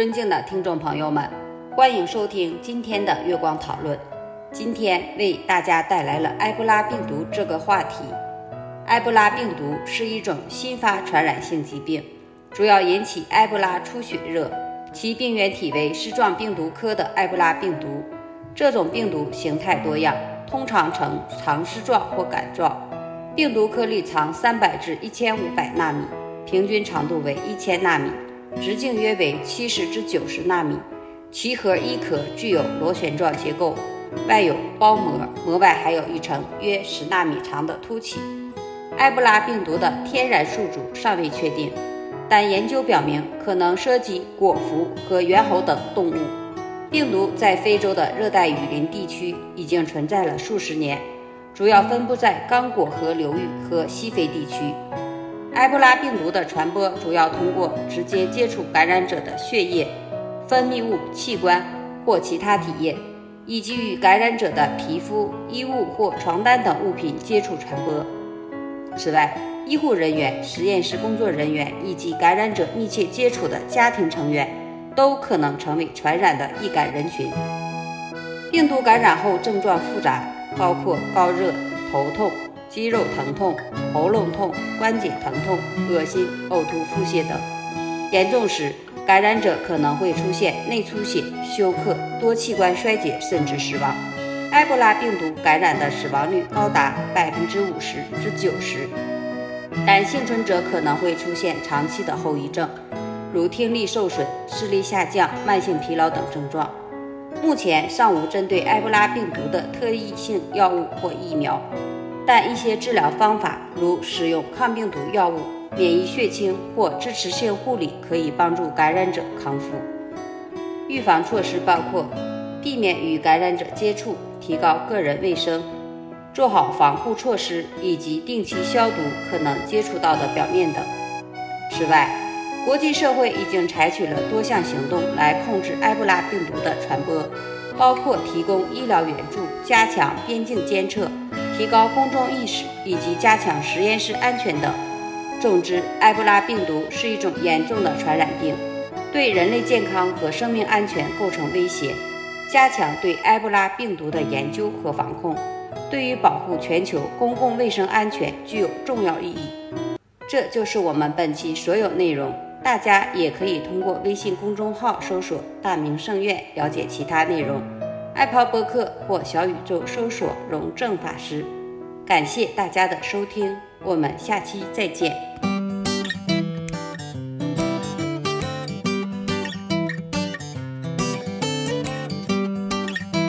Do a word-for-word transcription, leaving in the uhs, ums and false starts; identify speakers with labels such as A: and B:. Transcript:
A: 尊敬的听众朋友们，欢迎收听今天的月光讨论。今天为大家带来了埃博拉病毒这个话题。埃博拉病毒是一种新发传染性疾病，主要引起埃博拉出血热，其病原体为丝状病毒科的埃博拉病毒。这种病毒形态多样，通常呈长丝状或杆状，病毒颗粒长三百至一千五百纳米，平均长度为一千纳米，直径约为七十至九十纳米。其核衣壳具有螺旋状结构，外有包膜，膜外还有一层约十纳米长的凸起。埃博拉病毒的天然宿主尚未确定，但研究表明可能涉及果蝠和猿猴等动物。病毒在非洲的热带雨林地区已经存在了数十年，主要分布在刚果河流域和西非地区。埃博拉病毒的传播主要通过直接接触感染者的血液、分泌物、器官或其他体液，以及与感染者的皮肤、衣物或床单等物品接触传播。此外，医护人员、实验室工作人员以及感染者密切接触的家庭成员都可能成为传染的易感人群。病毒感染后症状复杂，包括高热、头痛、肌肉疼痛、喉咙痛、关节疼痛、恶心、呕吐、腹泻等。严重时，感染者可能会出现内出血、休克、多器官衰竭，甚至死亡。埃博拉病毒感染的死亡率高达百分之五十至九十，但幸存者可能会出现长期的后遗症，如听力受损、视力下降、慢性疲劳等症状。目前尚无针对埃博拉病毒的特异性药物或疫苗，但一些治疗方法，如使用抗病毒药物、免疫血清或支持性护理，可以帮助感染者康复。预防措施包括避免与感染者接触，提高个人卫生，做好防护措施，以及定期消毒可能接触到的表面等。此外，国际社会已经采取了多项行动来控制埃博拉病毒的传播，包括提供医疗援助、加强边境监测、提高公众意识以及加强实验室安全等。总之，埃博拉病毒是一种严重的传染病，对人类健康和生命安全构成威胁。加强对埃博拉病毒的研究和防控，对于保护全球公共卫生安全具有重要意义。这就是我们本期所有内容，大家也可以通过微信公众号搜索大明圣院了解其他内容，爱跑播客或小宇宙搜索荣正法师。感谢大家的收听，我们下期再见。